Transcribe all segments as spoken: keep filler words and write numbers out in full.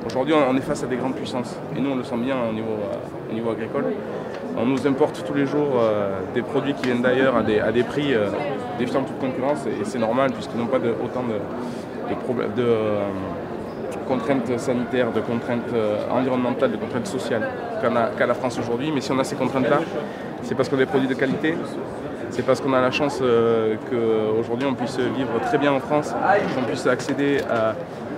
Aujourd'hui, on est face à des grandes puissances. Et nous, on le sent bien au niveau, euh, au niveau agricole. On nous importe tous les jours euh, des produits qui viennent d'ailleurs à des, à des prix euh, défiant toute concurrence. Et, et c'est normal, puisqu'ils n'ont pas de, autant de, de, problèmes, de euh, contraintes sanitaires, de contraintes euh, environnementales, de contraintes sociales qu'à qu'à la France aujourd'hui. Mais si on a ces contraintes-là, c'est parce qu'on a des produits de qualité. C'est parce qu'on a la chance euh, qu'aujourd'hui on puisse vivre très bien en France, qu'on puisse accéder, à,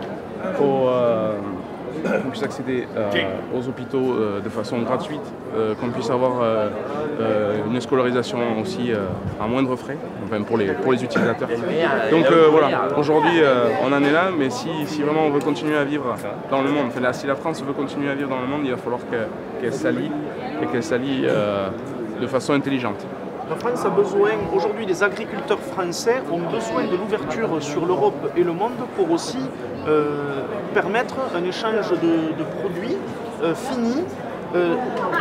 aux, euh, qu'on puisse accéder euh, aux hôpitaux euh, de façon gratuite, euh, qu'on puisse avoir euh, euh, une scolarisation aussi euh, à moindre frais, enfin pour, les, pour les utilisateurs. Donc euh, voilà, aujourd'hui euh, on en est là, mais si, si vraiment on veut continuer à vivre dans le monde, enfin, là, si la France veut continuer à vivre dans le monde, il va falloir qu'elle qu'elle s'allie et qu'elle s'allie euh, de façon intelligente. La France a besoin, aujourd'hui les agriculteurs français ont besoin de l'ouverture sur l'Europe et le monde pour aussi euh, permettre un échange de, de produits euh, finis euh,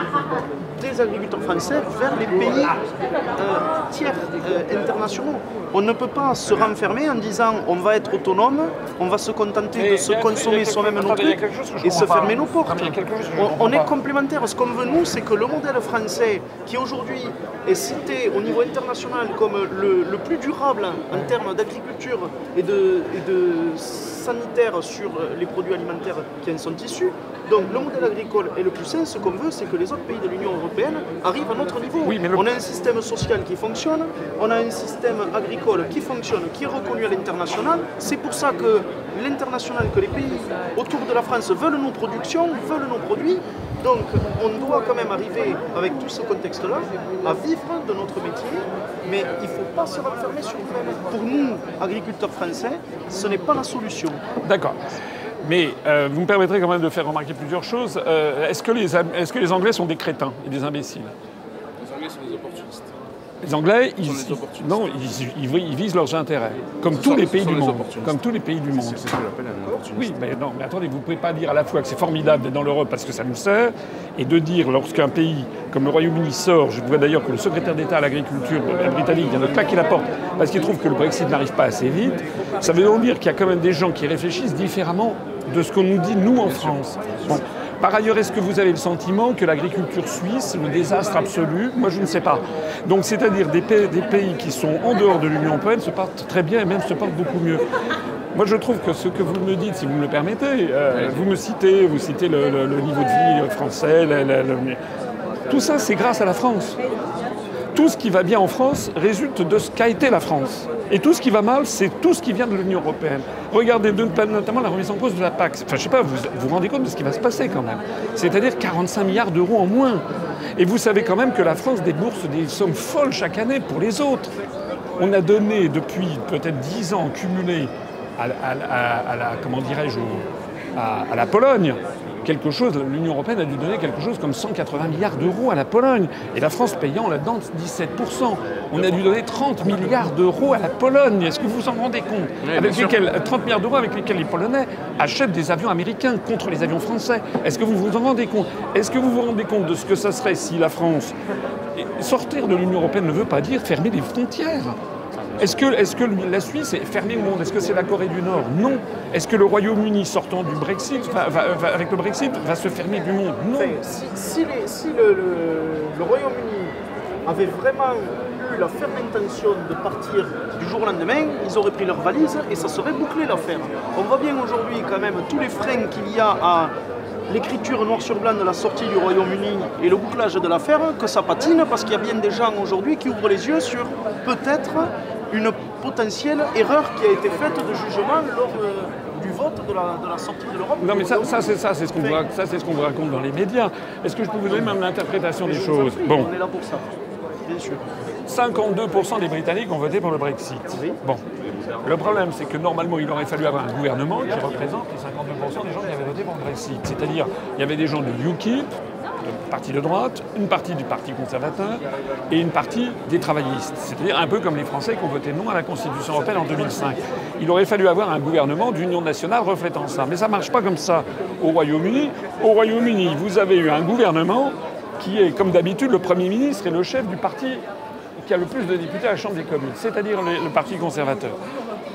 des agriculteurs français vers les pays euh, tiers euh, internationaux. On ne peut pas se renfermer en disant on va être autonome, on va se contenter mais de se consommer soi-même nos trucs et se fermer nos portes. On, on est complémentaires. Ce qu'on veut nous, c'est que le modèle français, qui aujourd'hui est cité au niveau international comme le, le plus durable en termes d'agriculture et de, et de sanitaire sur les produits alimentaires qui en sont issus, donc le modèle agricole est le plus sain. Ce qu'on veut, c'est que les autres pays de l'Union européenne arrivent à notre niveau. Oui, mais le... On a un système social qui fonctionne, on a un système agricole qui fonctionne, qui est reconnu à l'international. C'est pour ça que l'international, que les pays autour de la France veulent nos productions, veulent nos produits. Donc on doit quand même arriver, avec tout ce contexte-là, à vivre de notre métier, mais il ne faut pas se renfermer sur nous-mêmes. Pour nous, agriculteurs français, ce n'est pas la solution. D'accord. Mais euh, vous me permettrez quand même de faire remarquer plusieurs choses. Euh, est-ce que les, est-ce que les Anglais sont des crétins et des imbéciles? Les Anglais sont des opportunistes. Les Anglais, ils, ils, non, ils, ils, ils visent leurs intérêts, comme ce tous sont, les pays du monde. Comme tous les pays du monde. C'est ce que j'appelle un opportuniste. Oui, mais non, mais attendez, vous ne pouvez pas dire à la fois que c'est formidable d'être dans l'Europe parce que ça nous sert, et de dire lorsqu'un pays comme le Royaume-Uni sort, je vois d'ailleurs que le secrétaire d'État à l'agriculture britannique vient de claquer la porte parce qu'il trouve que le Brexit n'arrive pas assez vite, ça veut donc dire qu'il y a quand même des gens qui réfléchissent différemment de ce qu'on nous dit, nous, en France. Bon. Par ailleurs, est-ce que vous avez le sentiment que l'agriculture suisse est le désastre absolu? Moi, je ne sais pas. Donc, c'est-à-dire des pays, des pays qui sont en dehors de l'Union européenne se portent très bien et même se portent beaucoup mieux. Moi, je trouve que ce que vous me dites, si vous me le permettez, euh, vous me citez, vous citez le, le, le niveau de vie français, le, le, le... tout ça, c'est grâce à la France. Tout ce qui va bien en France résulte de ce qu'a été la France. Et tout ce qui va mal, c'est tout ce qui vient de l'Union européenne. Regardez notamment la remise en cause de la P A C. Enfin, je sais pas, vous vous rendez compte de ce qui va se passer quand même. C'est-à-dire quarante-cinq milliards d'euros en moins. Et vous savez quand même que la France débourse des sommes folles chaque année pour les autres. On a donné depuis peut-être dix ans cumulé à, à, à, à la, comment dirais-je, à, à la Pologne, quelque chose, l'Union européenne a dû donner quelque chose comme cent quatre-vingts milliards d'euros à la Pologne. Et la France payant là-dedans dix-sept pour cent. On a dû donner trente milliards d'euros à la Pologne. Est-ce que vous vous en rendez compte? Oui, avec lesquels, trente milliards d'euros avec lesquels les Polonais achètent des avions américains contre les avions français. Est-ce que vous vous en rendez compte? Est-ce que vous vous rendez compte de ce que ça serait si la France... Sortir de l'Union européenne ne veut pas dire fermer les frontières. Est-ce que, est-ce que la Suisse est fermée au monde? Est-ce que c'est la Corée du Nord? Non. Est-ce que le Royaume-Uni, sortant du Brexit, va, va, va, avec le Brexit, va se fermer du monde? Non. Enfin, si si, les, si le, le, le Royaume-Uni avait vraiment eu la ferme intention de partir du jour au lendemain, ils auraient pris leurs valises et ça serait bouclé l'affaire. On voit bien aujourd'hui quand même tous les freins qu'il y a à l'écriture noir sur blanc de la sortie du Royaume-Uni et le bouclage de l'affaire, que ça patine parce qu'il y a bien des gens aujourd'hui qui ouvrent les yeux sur peut-être une potentielle erreur qui a été faite de jugement lors euh, du vote de la, de la sortie de l'Europe. Non mais ça, ça c'est ça, c'est ce qu'on vous, ce qu'on vous raconte dans les médias. Est-ce que je peux vous donner même l'interprétation des choses? Bon. On est là pour ça, bien sûr. cinquante-deux pour cent des Britanniques ont voté pour le Brexit. Oui. Bon. Le problème, c'est que normalement, il aurait fallu avoir un gouvernement qui représente les cinquante-deux pour cent des gens qui avaient voté pour le Brexit. C'est-à-dire, il y avait des gens de UKIP, le parti de droite, une partie du parti conservateur et une partie des travaillistes. C'est-à-dire un peu comme les Français qui ont voté non à la Constitution européenne en deux mille cinq. Il aurait fallu avoir un gouvernement d'union nationale reflétant ça. Mais ça ne marche pas comme ça au Royaume-Uni. Au Royaume-Uni, vous avez eu un gouvernement qui est, comme d'habitude, le Premier ministre et le chef du parti qui a le plus de députés à la Chambre des communes, c'est-à-dire le, le Parti conservateur.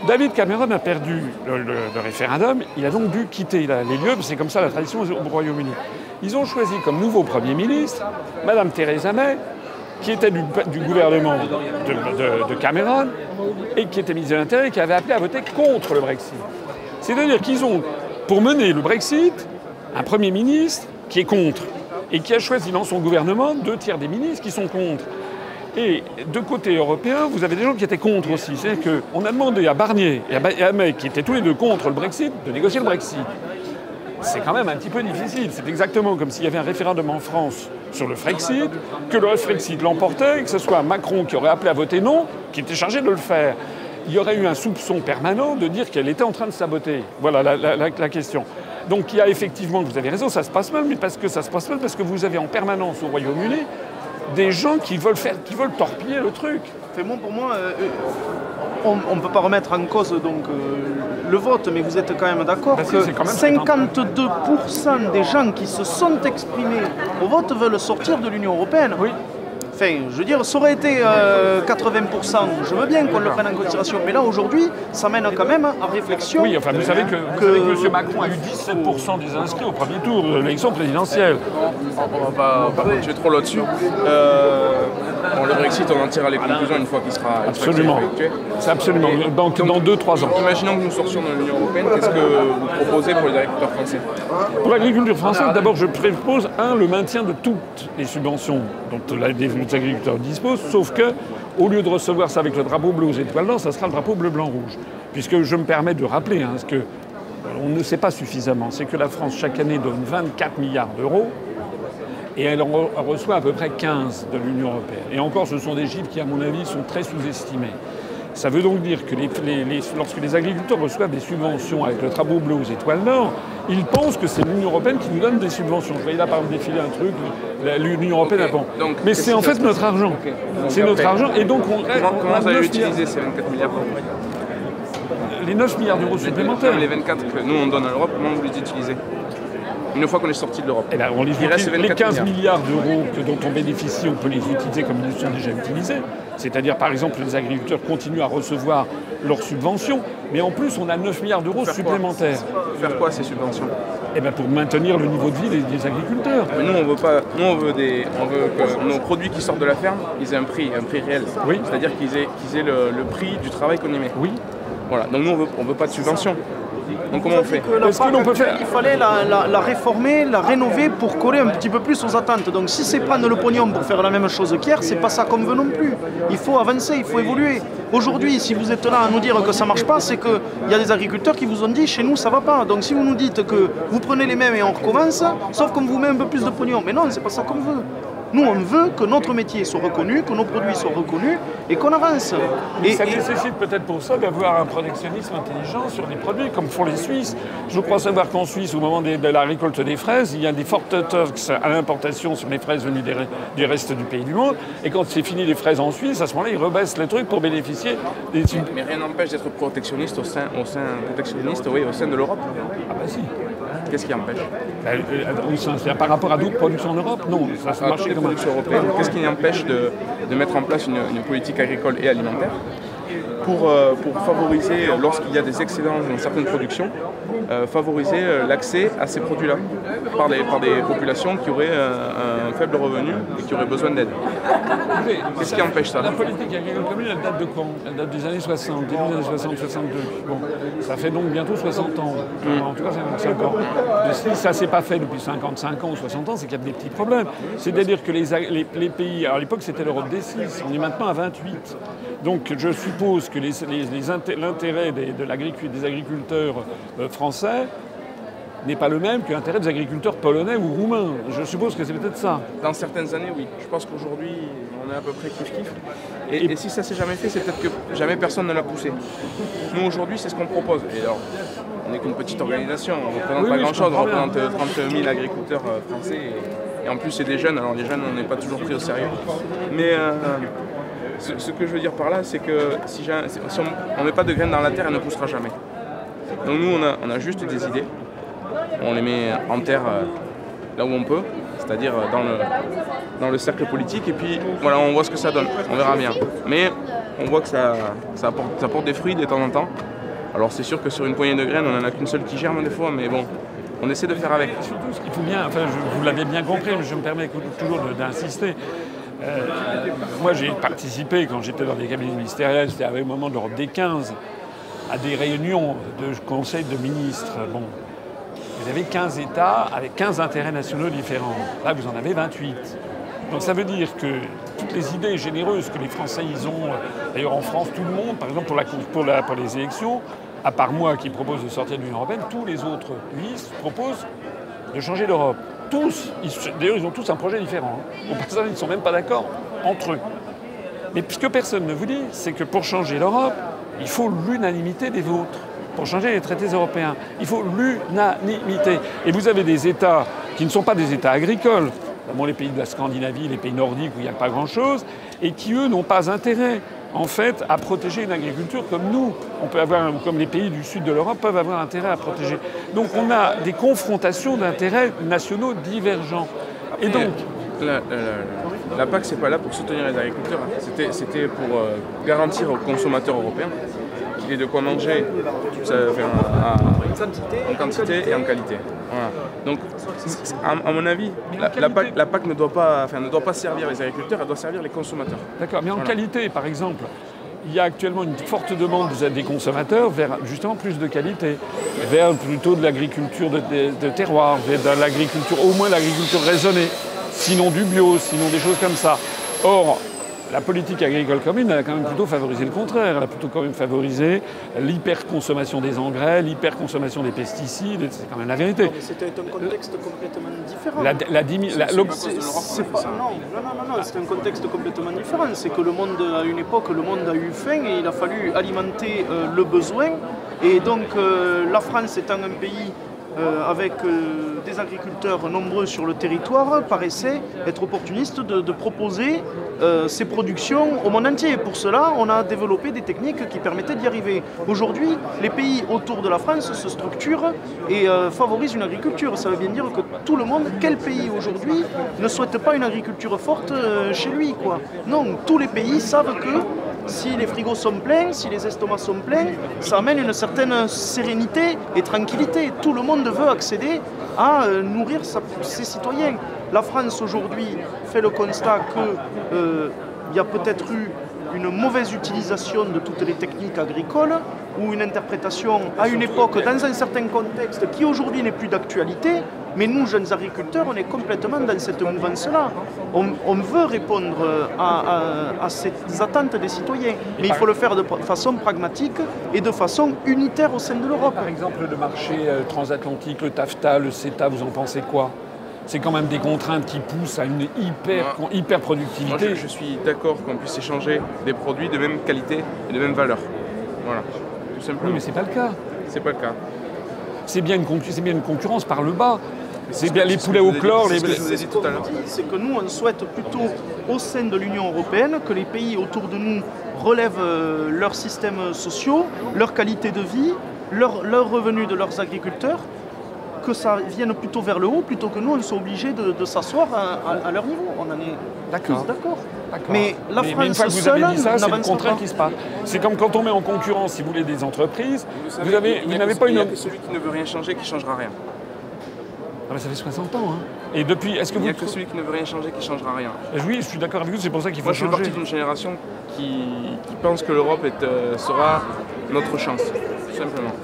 David Cameron a perdu le, le, le référendum, il a donc dû quitter les lieux, c'est comme ça la tradition au Royaume-Uni. Ils ont choisi comme nouveau Premier ministre Madame Theresa May, qui était du, du gouvernement de, de, de Cameron et qui était ministre de l'Intérieur et qui avait appelé à voter contre le Brexit. C'est-à-dire qu'ils ont, pour mener le Brexit, un Premier ministre qui est contre et qui a choisi dans son gouvernement deux tiers des ministres qui sont contre. Et de côté européen, vous avez des gens qui étaient contre aussi. C'est-à-dire qu'on a demandé à Barnier et à May, qui étaient tous les deux contre le Brexit, de négocier le Brexit. C'est quand même un petit peu difficile. C'est exactement comme s'il y avait un référendum en France sur le Frexit, que le Frexit l'emportait, et que ce soit Macron qui aurait appelé à voter non, qui était chargé de le faire. Il y aurait eu un soupçon permanent de dire qu'elle était en train de saboter. Voilà la, la, la, la question. Donc il y a effectivement, vous avez raison, ça se passe mal, mais parce que ça se passe mal, parce que vous avez en permanence au Royaume-Uni des gens qui veulent faire, qui veulent torpiller le truc. Fait, bon, pour moi, euh, on ne peut pas remettre en cause donc, euh, le vote, mais vous êtes quand même d'accord ben que si, quand même cinquante-deux pour cent des gens qui se sont exprimés au vote veulent sortir de l'Union européenne. Oui. Enfin, je veux dire, ça aurait été euh, quatre-vingts pour cent, je veux bien qu'on le prenne en considération, mais là aujourd'hui, ça mène quand même à réflexion. Oui, enfin, vous savez que, que, vous savez que M. Macron a eu dix-sept pour cent des inscrits au premier tour de l'élection présidentielle. On va pas, pas continuer trop là-dessus. Euh, bon, le Brexit, on en tirera les conclusions une fois qu'il sera absolument. effectué. C'est absolument. Et donc, donc dans deux trois ans. Imaginons que nous sortions de l'Union européenne, qu'est-ce que vous proposez pour les agriculteurs français? Pour l'agriculture française, d'abord, je propose, un, le maintien de toutes les subventions dont la les agriculteurs disposent, sauf que, au lieu de recevoir ça avec le drapeau bleu aux étoiles d'or, ça sera le drapeau bleu-blanc-rouge. Puisque je me permets de rappeler, hein, ce que on ne sait pas suffisamment, c'est que la France, chaque année, donne vingt-quatre milliards d'euros, et elle en reçoit à peu près quinze de l'Union européenne. Et encore, ce sont des chiffres qui, à mon avis, sont très sous-estimés. Ça veut donc dire que les, les, les, lorsque les agriculteurs reçoivent des subventions avec le drapeau bleu aux étoiles d'or, ils pensent que c'est l'Union européenne qui nous donne des subventions. Je voyais là par exemple défiler un truc, l'Union européenne okay. a bon. Mais c'est en fait notre argent. Okay. C'est notre après, argent et donc on... Comment, comment vous avez utilisé ces vingt-quatre milliards? Les neuf milliards d'euros supplémentaires. Les vingt-quatre que nous on donne à l'Europe, comment vous les utilisez? Une fois qu'on est sorti de l'Europe. Eh ben, on les, utilise, les quinze milliards d'euros dont on bénéficie, on peut les utiliser comme ils sont déjà utilisés. C'est-à-dire, par exemple, les agriculteurs continuent à recevoir leurs subventions, mais en plus, on a neuf milliards d'euros supplémentaires. Quoi Faire quoi, ces subventions? Eh ben, pour maintenir le niveau de vie des, des agriculteurs. Mais nous, on veut pas. Nous, on veut, des, on veut que nos produits qui sortent de la ferme, ils aient un prix, un prix réel. Oui. C'est-à-dire qu'ils aient, qu'ils aient le, le prix du travail qu'on y met. Oui. Voilà. Donc nous, on veut, on veut pas de subventions. Donc comment on fait? Est-ce que l'on peut faire? Il fallait la, la, la réformer, la rénover pour coller un petit peu plus aux attentes. Donc si c'est prendre le pognon pour faire la même chose qu'hier, c'est pas ça qu'on veut non plus. Il faut avancer, il faut évoluer. Aujourd'hui, si vous êtes là à nous dire que ça marche pas, c'est qu'il y a des agriculteurs qui vous ont dit chez nous ça va pas. Donc si vous nous dites que vous prenez les mêmes et on recommence, sauf qu'on vous met un peu plus de pognon. Mais non, c'est pas ça qu'on veut. Nous, on veut que notre métier soit reconnu, que nos produits soient reconnus et qu'on avance. Et ça et... nécessite peut-être pour ça d'avoir un protectionnisme intelligent sur des produits, comme font les Suisses. Je crois savoir qu'en Suisse, au moment des, de la récolte des fraises, il y a des fortes taxes à l'importation sur les fraises venues des, du reste du pays du monde. Et quand c'est fini les fraises en Suisse, à ce moment-là, ils rebaissent les trucs pour bénéficier des... Mais rien n'empêche d'être protectionniste au sein, au sein, protectionniste, oui, au sein de l'Europe. Ah bah si. Qu'est-ce qui empêche? Ben, euh, par rapport à d'autres productions en Europe? Non, ça se marche comme production européenne. Qu'est-ce qui empêche de, de mettre en place une, une politique agricole et alimentaire pour, euh, pour favoriser, lorsqu'il y a des excédents dans certaines productions, euh, favoriser euh, l'accès à ces produits-là par des, par des populations qui auraient euh, un faible revenu et qui auraient besoin d'aide. Qu'est-ce qui empêche ça? La politique agricole commune, elle date de quand? Elle date des années soixante, début des années soixante, soixante-deux. Bon, ça fait donc bientôt soixante ans. Mmh. En tout cas, cinquante-cinq ans. Si ça ne s'est pas fait depuis cinquante-cinq ans ou soixante ans, c'est qu'il y a des petits problèmes. C'est-à-dire que les, les, les pays... Alors à l'époque, c'était l'Europe des six. On est maintenant à vingt-huit. Donc je suppose que les, les, les l'intérêt des, de des agriculteurs euh, français n'est pas le même que l'intérêt des agriculteurs polonais ou roumains. Je suppose que c'est peut-être ça. Dans certaines années, oui. Je pense qu'aujourd'hui, on est à peu près kiff-kiff. Et, et, et si ça s'est jamais fait, c'est peut-être que jamais personne ne l'a poussé. Nous, aujourd'hui, c'est ce qu'on propose. Et alors, on n'est qu'une petite organisation, on ne représente oui, pas oui, grand-chose, on représente trente mille agriculteurs euh, français. Et, et en plus, c'est des jeunes. Alors les jeunes, on n'est pas toujours pris au sérieux. Mais... Euh, Ce, ce que je veux dire par là, c'est que si, si on ne met pas de graines dans la terre, elle ne poussera jamais. Donc nous, on a, on a juste des idées. On les met en terre euh, là où on peut, c'est-à-dire dans le, dans le cercle politique. Et puis voilà, on voit ce que ça donne. On verra bien. Mais on voit que ça, ça, apporte, ça apporte des fruits de temps en temps. Alors c'est sûr que sur une poignée de graines, on n'en a qu'une seule qui germe des fois, mais bon, on essaie de faire avec. Surtout, ce qu'il faut bien, enfin, je, vous l'avez bien compris, mais je me permets toujours d'insister. Euh, moi, j'ai participé, quand j'étais dans des cabinets ministériels, c'était au moment de l'Europe des quinze, à des réunions de conseils de ministres. Bon, vous avez quinze États avec quinze intérêts nationaux différents. Là, vous en avez vingt-huit. Donc ça veut dire que toutes les idées généreuses que les Français ils ont, d'ailleurs en France, tout le monde, par exemple pour, la, pour, la, pour les élections, à part moi qui propose de sortir de l'Union européenne, tous les autres ministres proposent de changer d'Europe. Tous, d'ailleurs ils ont tous un projet différent. Hein. Pour ça, ils ne sont même pas d'accord entre eux. Mais ce que personne ne vous dit, c'est que pour changer l'Europe, il faut l'unanimité des vôtres. Pour changer les traités européens, il faut l'unanimité. Et vous avez des États qui ne sont pas des États agricoles, notamment les pays de la Scandinavie, les pays nordiques où il n'y a pas grand-chose, et qui, eux, n'ont pas intérêt, en fait, à protéger une agriculture comme nous. On peut avoir, comme les pays du sud de l'Europe peuvent avoir intérêt à protéger. Donc on a des confrontations d'intérêts nationaux divergents. Et donc... La, la, la P A C, c'est pas là pour soutenir les agriculteurs. C'était pour euh, garantir aux consommateurs européens qu'il ait de quoi manger ça, enfin, à, en quantité et en qualité. Voilà. Donc, à, à mon avis, la, la, P A C, la P A C ne doit pas, enfin, ne doit pas servir les agriculteurs, elle doit servir les consommateurs. D'accord, mais en voilà. qualité, par exemple, il y a actuellement une forte demande des consommateurs vers justement plus de qualité, vers plutôt de l'agriculture de, de, de terroir, vers de l'agriculture, au moins l'agriculture raisonnée, sinon du bio, sinon des choses comme ça. Or, la politique agricole commune, elle a quand même plutôt favorisé le contraire. Elle a plutôt quand même favorisé l'hyperconsommation des engrais, l'hyperconsommation des pesticides. C'est quand même la vérité. C'était un contexte complètement différent. La, la, dimi- la, c'est, c'est, c'est pas, non, non, non, non, c'est un contexte complètement différent. C'est que le monde, à une époque, le monde a eu faim et il a fallu alimenter euh, le besoin. Et donc, euh, la France étant un pays Euh, avec euh, des agriculteurs nombreux sur le territoire, paraissait être opportuniste de, de proposer euh, ces productions au monde entier. Pour cela, on a développé des techniques qui permettaient d'y arriver. Aujourd'hui, les pays autour de la France se structurent et euh, favorisent une agriculture. Ça veut bien dire que tout le monde, quel pays aujourd'hui, ne souhaite pas une agriculture forte euh, chez lui, quoi. Non, tous les pays savent que si les frigos sont pleins, si les estomacs sont pleins, ça amène une certaine sérénité et tranquillité. Tout le monde veut accéder à euh, nourrir sa, ses citoyens. La France aujourd'hui fait le constat qu'il euh, y a peut-être eu une mauvaise utilisation de toutes les techniques agricoles ou une interprétation à une époque dans un certain contexte qui aujourd'hui n'est plus d'actualité. Mais nous, jeunes agriculteurs, on est complètement dans cette mouvance-là. On, on veut répondre à, à, à ces attentes des citoyens. Mais il faut le faire de façon pragmatique et de façon unitaire au sein de l'Europe. Par exemple, le marché transatlantique, le TAFTA, le CETA, vous en pensez quoi ? C'est quand même des contraintes qui poussent à une hyper, Moi, hyper productivité. Moi, je, je suis d'accord qu'on puisse échanger des produits de même qualité et de même valeur. Voilà, tout simplement. Oui, mais c'est pas le cas. C'est pas le cas. C'est bien une, concurrence, c'est bien une concurrence par le bas. C'est bien les poulets au chlore. C'est les... ce que je vous ai dit tout à l'heure. C'est que nous, on souhaite plutôt, au sein de l'Union européenne, que les pays autour de nous relèvent euh, leurs systèmes sociaux, leur qualité de vie, leurs leur revenus de leurs agriculteurs, que ça vienne plutôt vers le haut, plutôt que nous, on soit obligés de, de s'asseoir à, à, à leur niveau. On en est D'accord. tous d'accord. D'accord. Mais la mais, France mais une fois que vous seule avez dit ça, c'est le n'avance contraire pas. qui se passe. C'est comme quand on met en concurrence, si vous voulez, des entreprises. Vous, savez, vous avez, il y a vous n'avez que- pas il y une. a que celui qui ne veut rien changer qui changera rien. Ah ben, ça fait soixante ans. Hein. Et depuis, est-ce que Il vous. n'y a que celui qui ne veut rien changer qui changera rien. Oui, je suis d'accord avec vous. C'est pour ça qu'il faut Moi, je fais changer. partie d'une génération qui, qui pense que l'Europe est, euh, sera notre chance, tout simplement.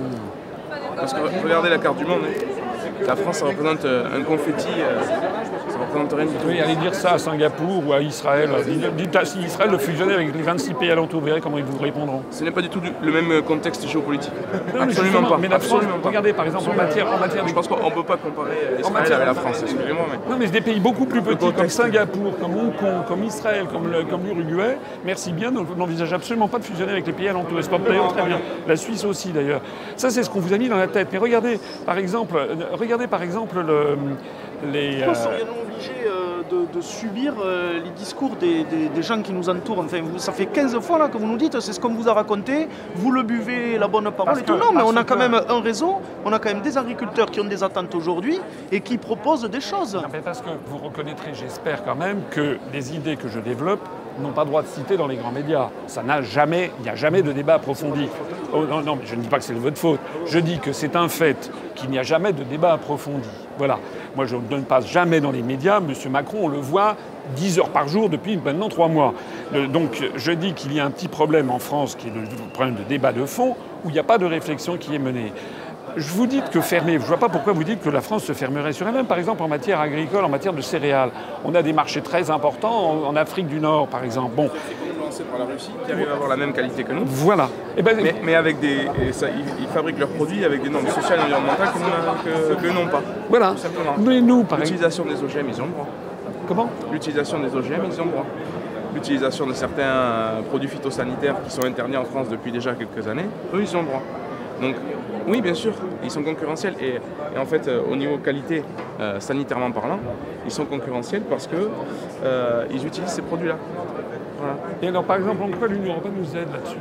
Parce que regardez la carte du monde. hein. La France, ça représente euh, un confetti, euh, ça représente rien du tout. Oui, allez dire ça à Singapour ou à Israël. Dites, dites à- si Israël le fusionnait avec les vingt-six pays alentours, vous verrez comment ils vous répondront. Ce n'est pas du tout du- le même contexte géopolitique. Non, mais Absolument justement, pas. Mais la France, Absolument pas. regardez par exemple en matière, en matière de Je pense qu'on ne peut pas comparer euh, Israël matière- avec la France, excusez-moi. Mais... Non, mais c'est des pays beaucoup plus petits comme contexte. Singapour, comme Hong Kong, comme Israël, comme, le- comme l'Uruguay. Merci bien, on n'envisage absolument pas de fusionner avec les pays alentours. Et c'est pas d'ailleurs très bien. La Suisse aussi d'ailleurs. Ça, c'est ce qu'on vous a mis dans la tête. Mais regardez, par exemple, euh, regardez par exemple le, les. Pourquoi euh, serions-nous obligés euh, de, de subir euh, les discours des, des- des gens qui nous entourent? Enfin, vous, ça fait quinze fois là que vous nous dites, c'est ce qu'on vous a raconté, vous le buvez, la bonne parole Parce et tout. que- Non, mais parce on a quand que- même un réseau, on a quand même des agriculteurs qui ont des attentes aujourd'hui et qui proposent des choses. Non, mais parce que vous reconnaîtrez, j'espère quand même, que les idées que je développe n'ont pas le droit de citer dans les grands médias. Ça n'a jamais, il n'y a jamais de débat approfondi. Oh, non, non, mais je ne dis pas que c'est de votre faute. Je dis que c'est un fait qu'il n'y a jamais de débat approfondi. Voilà. Moi, je ne passe jamais dans les médias. Monsieur Macron, on le voit dix heures par jour depuis maintenant trois mois. Donc, je dis qu'il y a un petit problème en France qui est le problème de débat de fond où il n'y a pas de réflexion qui est menée. Je vous dis que fermer, je ne vois pas pourquoi vous dites que la France se fermerait sur elle-même, par exemple en matière agricole, en matière de céréales. On a des marchés très importants en, en Afrique du Nord, par exemple. Bon. Par la Russie, qui arrive à avoir la même qualité que nous. Voilà. Et ben, mais, mais avec des, et ça, ils, ils fabriquent leurs produits avec des normes sociales et environnementales que, que, que n'ont pas. Voilà. Tout simplement. Mais nous, par L'utilisation des O G M, ils ont le droit. Comment? L'utilisation des O G M, ils ont le droit. L'utilisation de certains produits phytosanitaires qui sont interdits en France depuis déjà quelques années, eux, ils ont le droit. Donc, oui, bien sûr, ils sont concurrentiels. Et, et en fait, euh, au niveau qualité, euh, sanitairement parlant, ils sont concurrentiels parce qu'ils euh, utilisent ces produits-là. Voilà. Et alors, par exemple, en quoi l'Union européenne nous aide là-dessus?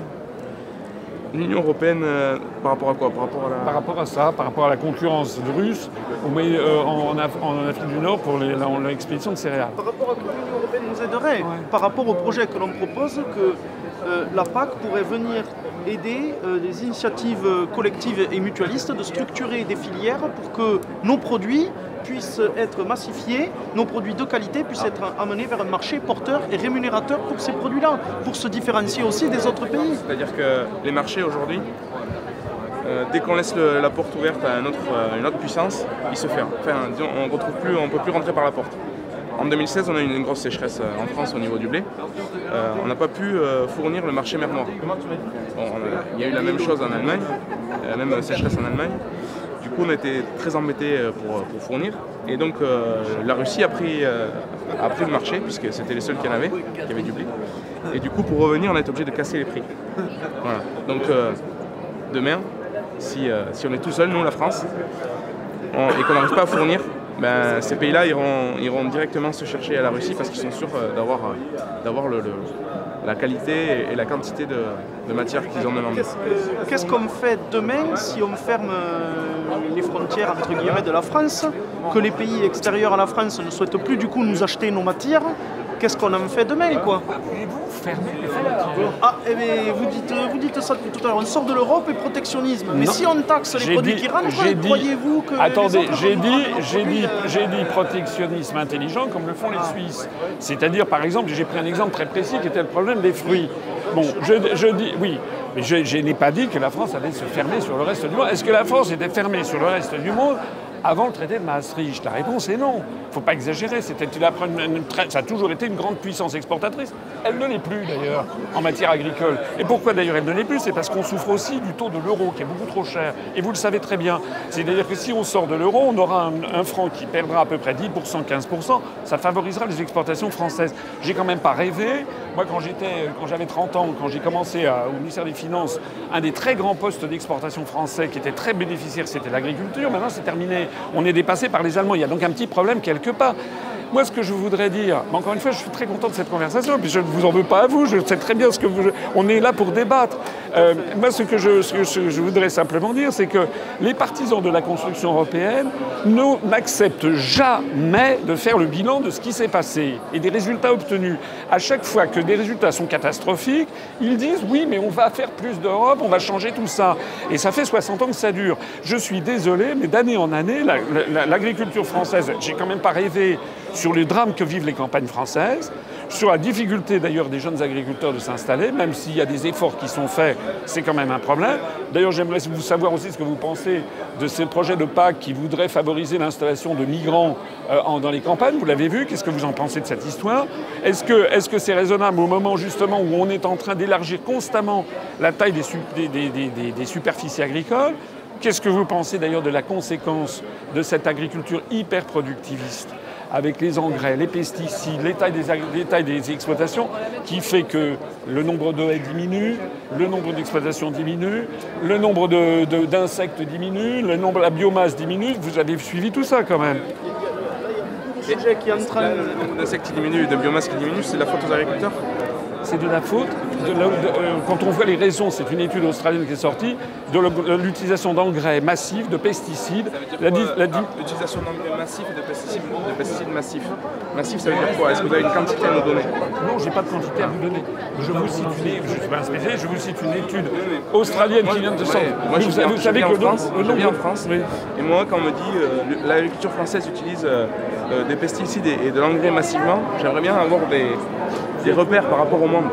L'Union européenne, euh, par rapport à quoi? Par rapport à la... Par rapport à ça, par rapport à la concurrence russe on met, euh, en, en, Af en Afrique du Nord pour l'expédition de céréales. Par rapport à quoi l'Union européenne nous aiderait, ouais. Par rapport au projet que l'on propose, que euh, la P A C pourrait venir aider euh, des initiatives collectives et mutualistes de structurer des filières pour que nos produits puissent être massifiés, nos produits de qualité puissent être amenés vers un marché porteur et rémunérateur pour ces produits-là, pour se différencier aussi des autres pays. C'est-à-dire que les marchés aujourd'hui, euh, dès qu'on laisse le, la porte ouverte à un autre, euh, une autre puissance, ils se ferment. Enfin, disons, on retrouve plus, on ne peut plus rentrer par la porte. En deux mille seize, on a eu une grosse sécheresse en France au niveau du blé. Euh, on n'a pas pu euh, fournir le marché mer Noire. Bon, il y a eu la même chose en Allemagne, la même sécheresse en Allemagne. Du coup, on était très embêtés pour, pour fournir. Et donc, euh, la Russie a pris, euh, a pris le marché, puisque c'était les seuls qui en avaient, qui avaient du blé. Et du coup, pour revenir, on a été obligé de casser les prix. Voilà. Donc, euh, demain, si, euh, si on est tout seul, nous, la France, on, et qu'on n'arrive pas à fournir, ben, ces pays-là iront, iront directement se chercher à la Russie parce qu'ils sont sûrs euh, d'avoir d'avoir le, le, la qualité et la quantité de, de matière qu'ils ont demandé. Qu'est-ce qu'on fait demain si on ferme les frontières entre guillemets de la France, que les pays extérieurs à la France ne souhaitent plus du coup nous acheter nos matières? Qu'est-ce qu'on en fait demain, quoi? Et vous fermez les frontières. Ah, eh bien, vous dites, vous dites ça depuis tout à l'heure, on sort de l'Europe et protectionnisme. Mais non. Si on taxe les produits dit, qui rentrent, croyez-vous que... Attendez, j'ai dit, j'ai dit, j'ai dit protectionnisme intelligent comme le font les Suisses. C'est-à-dire, par exemple, j'ai pris un exemple très précis qui était le problème des fruits. Bon, je, je dis, oui, mais je, je n'ai pas dit que la France allait se fermer sur le reste du monde. Est-ce que la France était fermée sur le reste du monde avant le traité de Maastricht? La réponse est non. Il ne faut pas exagérer. C'était la première, une, ça a toujours été une grande puissance exportatrice. Elle ne l'est plus d'ailleurs en matière agricole. Et pourquoi d'ailleurs elle ne l'est plus? C'est parce qu'on souffre aussi du taux de l'euro qui est beaucoup trop cher. Et vous le savez très bien. C'est-à-dire que si on sort de l'euro, on aura un, un franc qui perdra à peu près dix pour cent, quinze pour cent. Ça favorisera les exportations françaises. J'ai quand même pas rêvé. Moi, quand j'étais, quand j'avais trente ans, quand j'ai commencé à, au ministère des Finances, un des très grands postes d'exportation français qui était très bénéficiaire, c'était l'agriculture. Maintenant, c'est terminé. On est dépassé par les Allemands. Il y a donc un petit problème quelque part. Moi, ce que je voudrais dire, mais encore une fois, je suis très content de cette conversation, puis je ne vous en veux pas à vous, je sais très bien ce que vous... On est là pour débattre. Euh, moi, ce que, je, ce que je, je voudrais simplement dire, c'est que les partisans de la construction européenne n'acceptent jamais de faire le bilan de ce qui s'est passé et des résultats obtenus. À chaque fois que des résultats sont catastrophiques, ils disent « oui, mais on va faire plus d'Europe, on va changer tout ça ». Et ça fait soixante ans que ça dure. Je suis désolé, mais d'année en année, l'agriculture la, la, française, j'ai quand même pas rêvé sur le drame que vivent les campagnes françaises, sur la difficulté d'ailleurs des jeunes agriculteurs de s'installer, même s'il y a des efforts qui sont faits, c'est quand même un problème. D'ailleurs, j'aimerais vous savoir aussi ce que vous pensez de ces projets de P A C qui voudraient favoriser l'installation de migrants euh, en, dans les campagnes. Vous l'avez vu, qu'est-ce que vous en pensez de cette histoire? Est-ce que est-ce que c'est raisonnable au moment justement où on est en train d'élargir constamment la taille des, des, des, des, des superficies agricoles? Qu'est-ce que vous pensez d'ailleurs de la conséquence de cette agriculture hyper productiviste avec les engrais, les pesticides, les tailles des, les tailles des exploitations, qui fait que le nombre de haies diminue, le nombre d'exploitations diminue, le nombre de, de, d'insectes diminue, le nombre, la biomasse diminue. Vous avez suivi tout ça quand même. Le sujet qui est en train... Le nombre d'insectes qui diminue et de biomasse qui diminue, c'est la faute aux agriculteurs? c'est de la faute, de la, de, euh, quand on voit les raisons, c'est une étude australienne qui est sortie, de l'utilisation d'engrais massifs, de pesticides. La, la, ah, l'utilisation d'engrais massifs et de pesticides, de pesticides massifs. Massif, ça veut dire quoi? Est-ce que vous avez une quantité à nous donner? Non, j'ai pas de quantité à vous donner. Je vous cite une, je suis pas un spécialiste, je vous cite une étude australienne qui vient de sortir. Moi, je viens, vous savez je que en France, le je viens en France oui. Et moi, quand on me dit euh, l'agriculture française utilise euh, euh, des pesticides et, et de l'engrais massivement, j'aimerais bien avoir des, des repères par rapport au monde.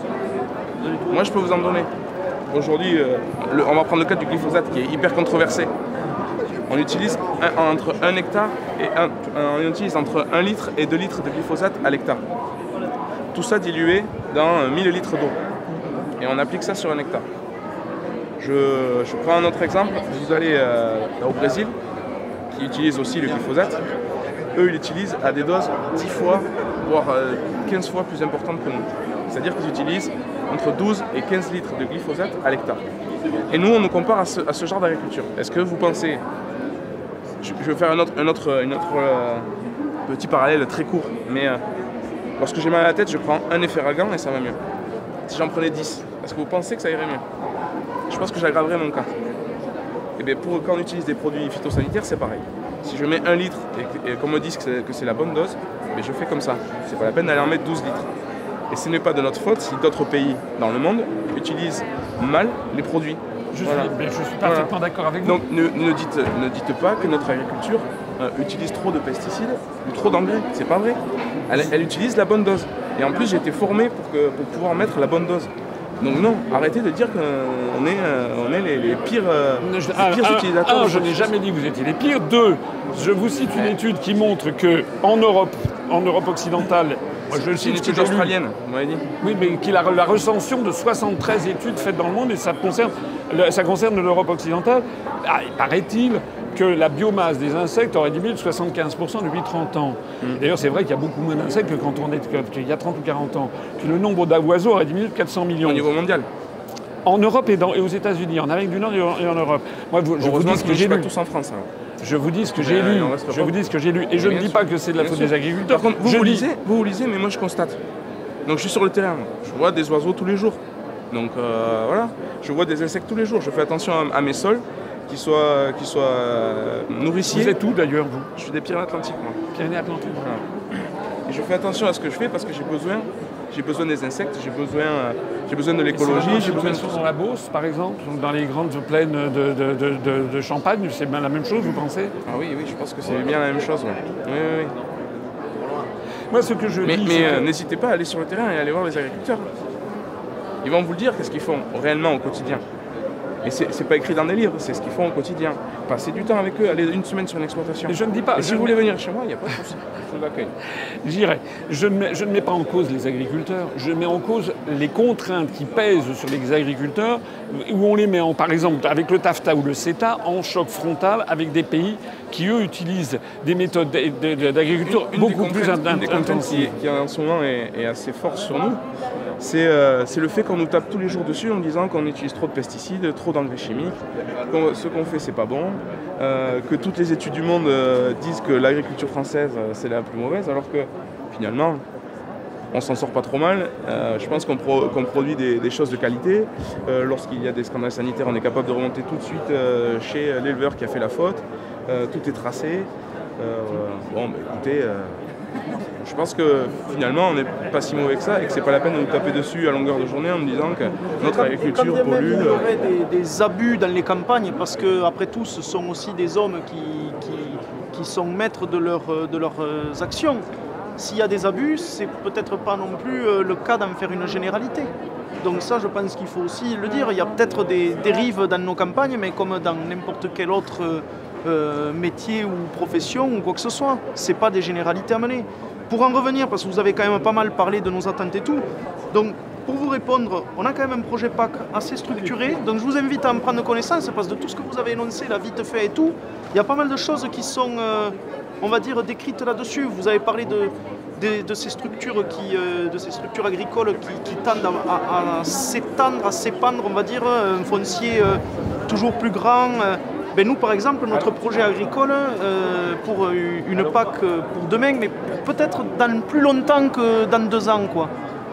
Moi, je peux vous en donner. Aujourd'hui, euh, on va prendre le cas du glyphosate qui est hyper controversé. On utilise un, entre un hectare et un, on utilise entre un litre et deux litres de glyphosate à l'hectare. Tout ça dilué dans mille litres d'eau. Et on applique ça sur un hectare. Je, je prends un autre exemple. Vous allez euh, au Brésil, qui utilise aussi le glyphosate. Eux, ils l'utilisent à des doses dix fois, voire euh, quinze fois plus importantes que nous. C'est-à-dire qu'ils utilisent entre douze et quinze litres de glyphosate à l'hectare. Et nous, on nous compare à ce, à ce genre d'agriculture. Est-ce que vous pensez... Je, je vais faire un autre, un autre, une autre euh, petit parallèle très court. Mais euh, lorsque j'ai mal à la tête, je prends un efferalgan et ça va mieux. Si j'en prenais dix, est-ce que vous pensez que ça irait mieux? Je pense que j'aggraverais mon cas. Et bien pour, quand on utilise des produits phytosanitaires, c'est pareil. Si je mets un litre et, et qu'on me dise que c'est, que c'est la bonne dose, bien je fais comme ça. C'est pas la peine d'aller en mettre douze litres. Et ce n'est pas de notre faute si d'autres pays dans le monde utilisent mal les produits. Je suis, voilà. je suis parfaitement voilà. d'accord avec vous. Donc ne, ne, dites, ne dites pas que notre agriculture euh, utilise trop de pesticides ou trop d'engrais. C'est pas vrai. Elle, elle utilise la bonne dose. Et en plus, j'ai été formé pour, que, pour pouvoir mettre la bonne dose. Donc non, arrêtez de dire qu'on est, euh, on est les, les pires, euh, les pires un, utilisateurs. Un, je n'ai jamais dit que vous étiez les pires. Deux, je vous cite une étude qui montre qu'en Europe, en Europe occidentale, moi je c'est une étude australienne, vous m'avez dit. Oui, mais qu'il a la recension de soixante-treize études faites dans le monde et ça concerne, ça concerne l'Europe occidentale. Ah, paraît-il que la biomasse des insectes aurait diminué de soixante-quinze pour cent depuis trente ans. Mm. D'ailleurs, c'est vrai qu'il y a beaucoup moins d'insectes que quand on est qu'il y a trente ou quarante ans. Que le nombre d'oiseaux aurait diminué de quatre cents millions. Au niveau mondial. En Europe et, dans, et aux États-Unis, en Amérique du Nord et en, et en Europe. Moi, je, je vous dis ce que j'ai lu. Tous en France. Alors. Je vous dis ce que j'ai lu. Je vous dis ce que j'ai lu. Et je ne dis pas que c'est de la faute des agriculteurs. Par contre, vous, je vous dis... lisez, vous, vous lisez, mais moi je constate. Donc je suis sur le terrain. Je vois des oiseaux tous les jours. Donc euh, voilà. Je vois des insectes tous les jours. Je fais attention à, à mes sols, qu'ils soient, qu'ils soient euh, nourriciers. Vous êtes où d'ailleurs, vous? Je suis des Pyrénées-Atlantiques, moi. Pyrénées-Atlantiques. Voilà. Et je fais attention à ce que je fais parce que j'ai besoin. J'ai besoin des insectes, j'ai besoin, euh, j'ai besoin de l'écologie, j'ai besoin de... Dans la Beauce, par exemple, dans les grandes plaines de, de, de, de, de Champagne, c'est bien la même chose, vous pensez? Ah oui, oui, je pense que c'est bien la même chose, ouais. Oui, oui, oui. Moi, ce que je mais, dis, mais c'est euh, que... n'hésitez pas à aller sur le terrain et à aller voir les agriculteurs. Ils vont vous le dire, qu'est-ce qu'ils font réellement au quotidien. Et c'est, c'est pas écrit dans des livres, c'est ce qu'ils font au quotidien. Passez du temps avec eux, allez une semaine sur une exploitation. Et je ne dis pas. Et si vous voulez venir chez moi, il n'y a pas de souci. Je vous accueille. J'irai. Je ne, mets, je ne mets pas en cause les agriculteurs, je mets en cause les contraintes qui pèsent sur les agriculteurs, où on les met, en, par exemple, avec le TAFTA ou le CETA, en choc frontal avec des pays qui, eux, utilisent des méthodes d'agriculture une, une beaucoup plus intensives. Une des contraintes qui, qui en ce moment est, est assez forte sur nous, c'est, euh, c'est le fait qu'on nous tape tous les jours dessus en disant qu'on utilise trop de pesticides, trop d'engrais chimiques, que ce qu'on fait c'est pas bon, euh, que toutes les études du monde euh, disent que l'agriculture française euh, c'est la plus mauvaise, alors que finalement on s'en sort pas trop mal. Euh, je pense qu'on, pro, qu'on produit des, des choses de qualité. Euh, lorsqu'il y a des scandales sanitaires, on est capable de remonter tout de suite euh, chez l'éleveur qui a fait la faute. Euh, tout est tracé. Euh, bon, bah, écoutez, euh, je pense que finalement on n'est pas si mauvais que ça et que c'est pas la peine de nous taper dessus à longueur de journée en me disant que notre agriculture quand pollue. Il y aurait des, des abus dans les campagnes parce que après tout ce sont aussi des hommes qui, qui, qui sont maîtres de, leur, de leurs actions. S'il y a des abus, c'est peut-être pas non plus le cas d'en faire une généralité. Donc ça, je pense qu'il faut aussi le dire. Il y a peut-être des dérives dans nos campagnes, mais comme dans n'importe quel autre euh, métier ou profession ou quoi que ce soit, c'est pas des généralités à mener. Pour en revenir, parce que vous avez quand même pas mal parlé de nos attentes et tout, donc pour vous répondre, on a quand même un projet P A C assez structuré, donc je vous invite à en prendre connaissance, parce que de tout ce que vous avez énoncé, là, vite fait et tout, il y a pas mal de choses qui sont, euh, on va dire, décrites là-dessus. Vous avez parlé de, de, de, ces, structures qui, euh, de ces structures agricoles qui, qui tendent à, à, à s'étendre, à s'épandre, on va dire, un foncier euh, toujours plus grand. Euh, Ben nous, par exemple, notre projet agricole euh, pour une P A C pour demain, mais peut-être dans plus longtemps que dans deux ans, quoi.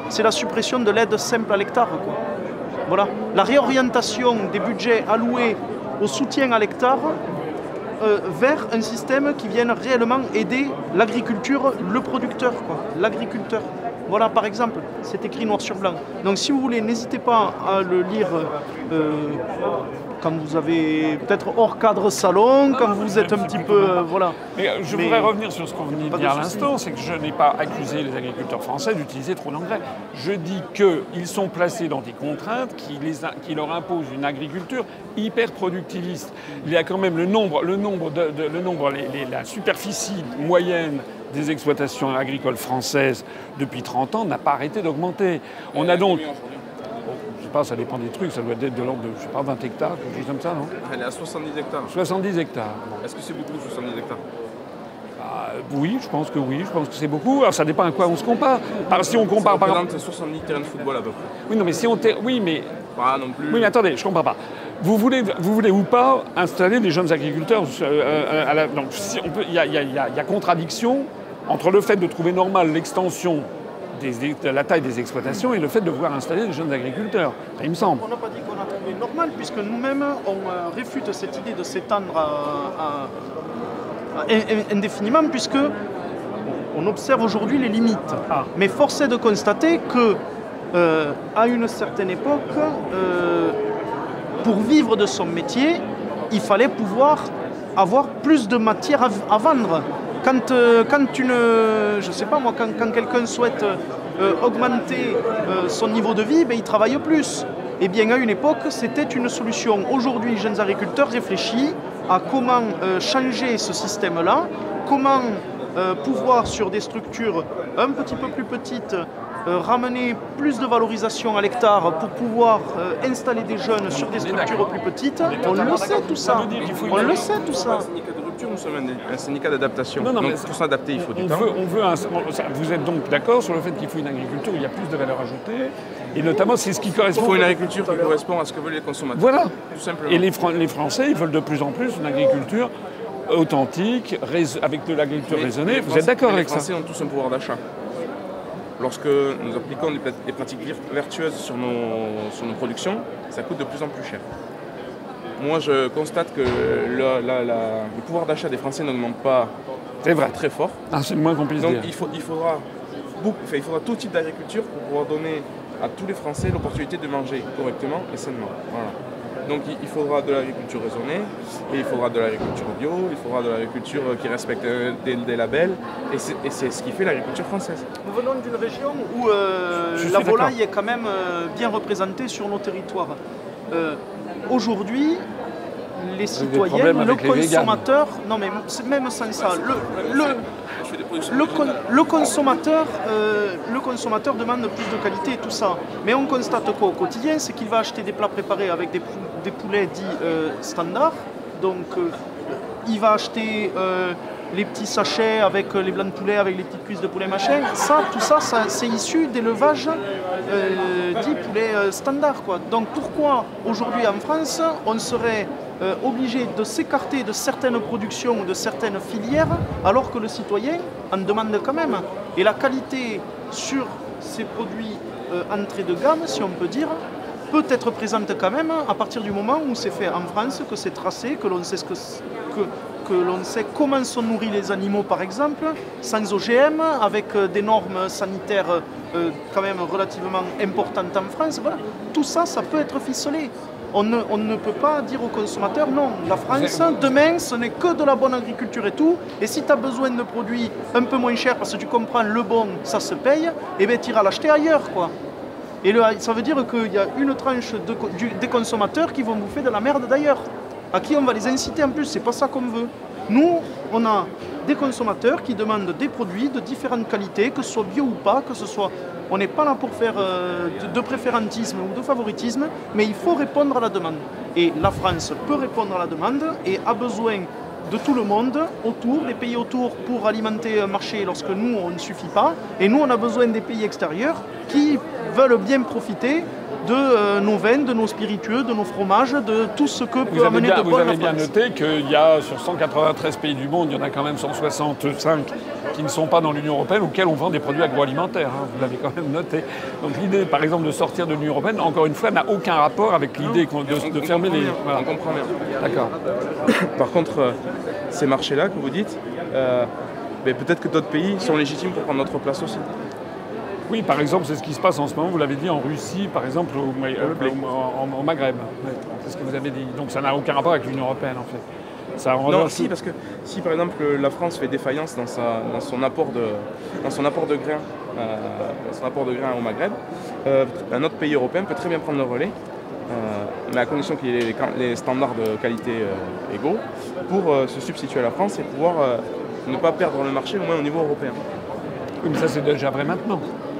c'est la suppression de l'aide simple à l'hectare, quoi. Voilà. La réorientation des budgets alloués au soutien à l'hectare euh, vers un système qui vienne réellement aider l'agriculture, le producteur, quoi, l'agriculteur. Voilà, par exemple, c'est écrit noir sur blanc. Donc si vous voulez, n'hésitez pas à le lire euh, quand vous avez peut-être hors cadre salon, quand vous êtes un petit peu... Euh, voilà. Mais euh, je Mais, voudrais revenir sur ce qu'on venait de pas de dire à souci. l'instant, c'est que je n'ai pas accusé les agriculteurs français d'utiliser trop d'engrais. Je dis qu'ils sont placés dans des contraintes qui, les a- qui leur imposent une agriculture hyper productiviste. Il y a quand même le nombre, le nombre, de, de- le nombre les- les- la superficie moyenne des exploitations agricoles françaises depuis trente ans n'a pas arrêté d'augmenter. On a donc... Bon, je sais pas, ça dépend des trucs, ça doit être de l'ordre de, je sais pas, vingt hectares, quelque chose comme ça, non? Elle est à soixante-dix hectares. soixante-dix hectares. Bon. Est-ce que c'est beaucoup, soixante-dix hectares? Ah, oui, je pense que oui, je pense que c'est beaucoup. Alors ça dépend à quoi on se compare. Par, si on compare Ça par représente soixante-dix terrains de football à peu près. Oui, non, mais si on... ter- Oui, mais... Pas non plus. Oui, mais attendez, je comprends pas. Vous voulez, vous voulez ou pas installer des jeunes agriculteurs euh, euh, à la... Donc, si on peut... il y a, il y a- il y a- il y a contradiction entre le fait de trouver normal l'extension des- de la taille des exploitations et le fait de vouloir installer des jeunes agriculteurs. Il me semble. On n'a pas dit qu'on a trouvé normal, puisque nous-mêmes, on euh, réfute cette idée de s'étendre à, à- à- in- indéfiniment, puisque on observe aujourd'hui les limites. Ah. Mais force est de constater que, euh, à une certaine époque, euh, pour vivre de son métier, il fallait pouvoir avoir plus de matière à, à vendre. Quand, euh, quand une, je sais pas moi, quand, quand quelqu'un souhaite euh, augmenter euh, son niveau de vie, ben, il travaille plus. Et bien à une époque, c'était une solution. Aujourd'hui, jeunes agriculteurs réfléchissent à comment euh, changer ce système-là, comment euh, pouvoir sur des structures un petit peu plus petites euh, ramener plus de valorisation à l'hectare pour pouvoir euh, installer des jeunes sur des structures plus petites. On le sait tout ça. veut dire qu'il faut une- On le sait tout ça. Un syndicat de rupture, nous sommes un, un syndicat d'adaptation. Non, non, Donc mais pour s'adapter, il faut du on temps. veut, on veut un- vous êtes donc d'accord sur le fait qu'il faut une agriculture où il y a plus de valeur ajoutée, et notamment c'est ce qui Il correspond... faut une agriculture qui correspond à ce que veulent les consommateurs. Voilà. Tout simplement. Et les, Fran- les Français, ils veulent de plus en plus une agriculture authentique, rais- avec de l'agriculture Mais raisonnée. les Vous Français- êtes d'accord mais avec Les Français ça? ont tous un pouvoir d'achat. Lorsque nous appliquons des, pla- des pratiques vir- vertueuses sur nos, sur nos productions, ça coûte de plus en plus cher. Moi, je constate que le, la- la- le pouvoir d'achat des Français n'augmente pas C'est vrai. très fort. Ah, c'est le moins qu'on puisse Donc dire. il, faut, il, faudra beaucoup, enfin, il faudra tout type d'agriculture pour pouvoir donner à tous les Français l'opportunité de manger correctement et sainement. Voilà. Donc il, il faudra de l'agriculture raisonnée, et il faudra de l'agriculture bio, il faudra de l'agriculture qui respecte euh, des, des labels, et c'est, et c'est ce qui fait l'agriculture française. Nous venons d'une région où euh, Je suis la d'accord. volaille est quand même euh, bien représentée sur nos territoires. Euh, Aujourd'hui, les citoyens, problèmes le avec les consommateur, non mais c'est même sans ça, le, le, Je fais des productions le, végétales. con- le consommateur, euh, le consommateur demande plus de qualité et tout ça. Mais on constate quoi au quotidien, c'est qu'il va acheter des plats préparés avec des, pou- des poulets dits euh, standards. Donc euh, il va acheter euh, les petits sachets avec euh, les blancs de poulet, avec les petites cuisses de poulet machin. Ça, tout ça, ça c'est issu d'élevage euh, dit poulet euh, standard, quoi. Donc pourquoi aujourd'hui en France on serait euh, obligé de s'écarter de certaines productions, de certaines filières, alors que le citoyen en demande quand même. Et la qualité sur ces produits euh, entrée de gamme, si on peut dire, peut être présente quand même à partir du moment où c'est fait en France, que c'est tracé, que l'on sait ce que, que, que l'on sait comment sont nourris les animaux par exemple, sans O G M, avec euh, des normes sanitaires euh, quand même relativement importantes en France. Voilà. Tout ça, ça peut être ficelé. On ne, on ne peut pas dire aux consommateurs non, la France, demain, ce n'est que de la bonne agriculture et tout. Et si tu as besoin de produits un peu moins chers parce que tu comprends le bon, ça se paye, et bien tu iras l'acheter ailleurs, quoi. Et le, ça veut dire qu'il y a une tranche de, du, des consommateurs qui vont bouffer de la merde d'ailleurs, à qui on va les inciter en plus, c'est pas ça qu'on veut. Nous, on a des consommateurs qui demandent des produits de différentes qualités, que ce soit bio ou pas, que ce soit... On n'est pas là pour faire euh, de, de préférentisme ou de favoritisme, mais il faut répondre à la demande. Et la France peut répondre à la demande et a besoin de tout le monde autour, des pays autour pour alimenter un marché lorsque nous, on ne suffit pas. Et nous, on a besoin des pays extérieurs qui veulent bien profiter de euh, nos vins, de nos spiritueux, de nos fromages, de tout ce que peut Vous avez amener bien, de vous bon avez la bien France. noté qu'il y a sur cent quatre-vingt-treize pays du monde, il y en a quand même cent soixante-cinq qui ne sont pas dans l'Union européenne, auxquels on vend des produits agroalimentaires. Hein, vous l'avez quand même noté. Donc l'idée, par exemple, de sortir de l'Union européenne, encore une fois, n'a aucun rapport avec l'idée qu'on- de, On- de on fermer comprend les... bien, Voilà. On comprend bien. D'accord. Par contre, euh, ces marchés-là que vous dites, euh, ben, peut-être que d'autres pays sont légitimes pour prendre notre place aussi. Oui, par exemple, c'est ce qui se passe en ce moment, vous l'avez dit, en Russie, par exemple, au, Ma- euh, au- au Maghreb. Ouais, c'est ce que vous avez dit. Donc ça n'a aucun rapport avec l'Union européenne, en fait. Ça, en Non, revanche, si, parce que si par exemple la France fait défaillance dans, sa, dans, son, apport de, dans son apport de grains, euh, dans son apport de grains au Maghreb, euh, un autre pays européen peut très bien prendre le relais, euh, mais à condition qu'il y ait les, les standards de qualité euh, égaux, pour euh, se substituer à la France et pouvoir euh, ne pas perdre le marché, au moins au niveau européen. Oui, mais ça c'est déjà vrai maintenant.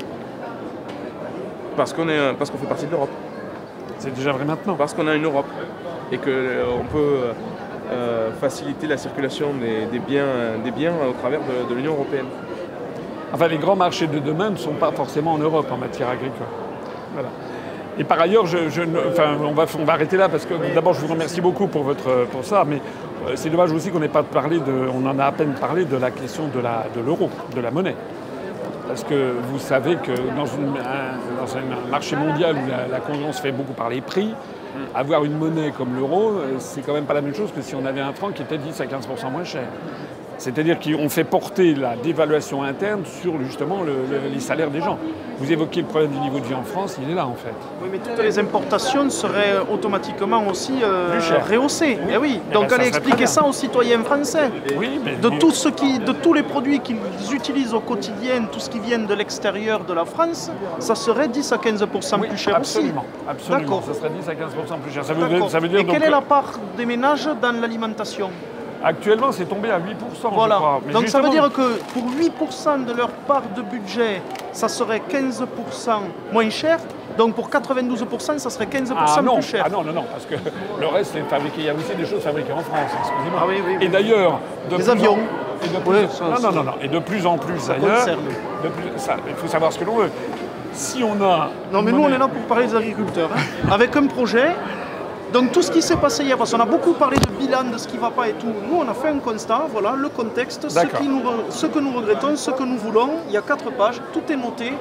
Parce qu'on est, parce qu'on fait partie de l'Europe, C'est déjà vrai maintenant. parce qu'on a une Europe, et qu'on euh, peut euh, faciliter la circulation des, des, biens, des biens au travers de, de l'Union européenne. Enfin, les grands marchés de demain ne sont pas forcément en Europe en matière agricole. Voilà. Et par ailleurs, je, je ne- enfin, on, va, on va arrêter là parce que d'abord, je vous remercie beaucoup pour, votre, pour ça, mais euh, c'est dommage aussi qu'on n'ait pas parlé de, on en a à peine parlé de la question de la- de l'euro, de, la monnaie. Parce que vous savez que dans, une- un, dans un marché mondial où la, la concurrence fait beaucoup par les prix, avoir une monnaie comme l'euro, euh, c'est quand même pas la même chose que si on avait un franc qui était dix à quinze pour cent moins cher. C'est-à-dire qu'on fait porter la dévaluation interne sur justement le- le- les salaires des gens. Vous évoquez le problème du niveau de vie en France, il est là en fait. Oui, mais toutes les importations seraient automatiquement aussi euh, Plus chères. rehaussées. Eh oui. Eh Donc ben, ça allez serait expliquer très ça aux citoyens français. Oui, mais De, tout ce qui, de tous les produits qu'ils utilisent au quotidien, tout ce qui vient de l'extérieur de la France, ça serait dix à quinze pour cent oui, plus cher absolument, aussi. absolument. D'accord. Ça serait dix à quinze pour cent plus cher. Ça veut, D'accord. ça veut dire Et donc quelle est la part des ménages dans l'alimentation? actuellement c'est tombé à huit pour cent. Voilà. Je crois. Mais Donc ça veut justement- dire que pour huit pour cent de leur part de budget, ça serait quinze pour cent moins cher. Donc pour quatre-vingt-douze pour cent, ça serait quinze pour cent Ah non, plus cher. ah non, non, non, parce que le reste c'est fabriqué. Il y a aussi des choses fabriquées en France, excusez-moi. Ah oui, oui, oui. Et d'ailleurs, de Les plus en- avions. et de plus- Ouais, ça, non, ça- non, non, non. Et de plus en plus d'ailleurs. concerne. de plus- ça, il faut savoir ce que l'on veut. Si on a. Non, mais une nous, on monnaie- est là pour parler des agriculteurs. hein. Avec un projet. Donc, tout ce qui s'est passé hier, parce qu'on a beaucoup parlé de bilan, de ce qui ne va pas et tout. Nous, on a fait un constat, voilà, le contexte, ce, D'accord. qui nous, ce que nous regrettons, ce que nous voulons. Il y a quatre pages, tout est noté.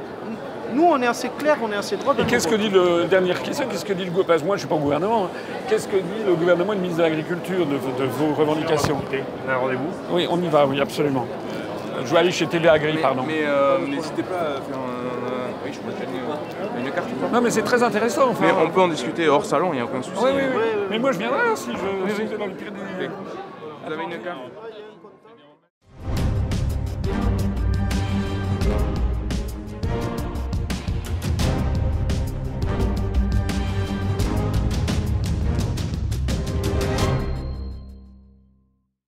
Nous, on est assez clair, on est assez droit. dans Et nos qu'est-ce que votes. dit le dernière question Qu'est-ce que dit le gouvernement Moi, je ne suis pas au gouvernement. hein. Qu'est-ce que dit le gouvernement et le ministre de l'Agriculture de, de vos revendications On a un rendez-vous. Oui, on y va, oui, absolument. Je vais aller chez T V Agri, Mais, pardon. mais, euh, n'hésitez pas à faire un... Oui, je peux te donner une, une carte ou pas. Non, mais c'est très intéressant. Enfin. Mais on peut en discuter hors salon, il n'y a aucun souci. Oui, oui, oui. Ouais, ouais, Mais moi, je viendrai si je Oui, si oui. c'est dans les Pyrénées. Vous avez une carte? Il y a un contact.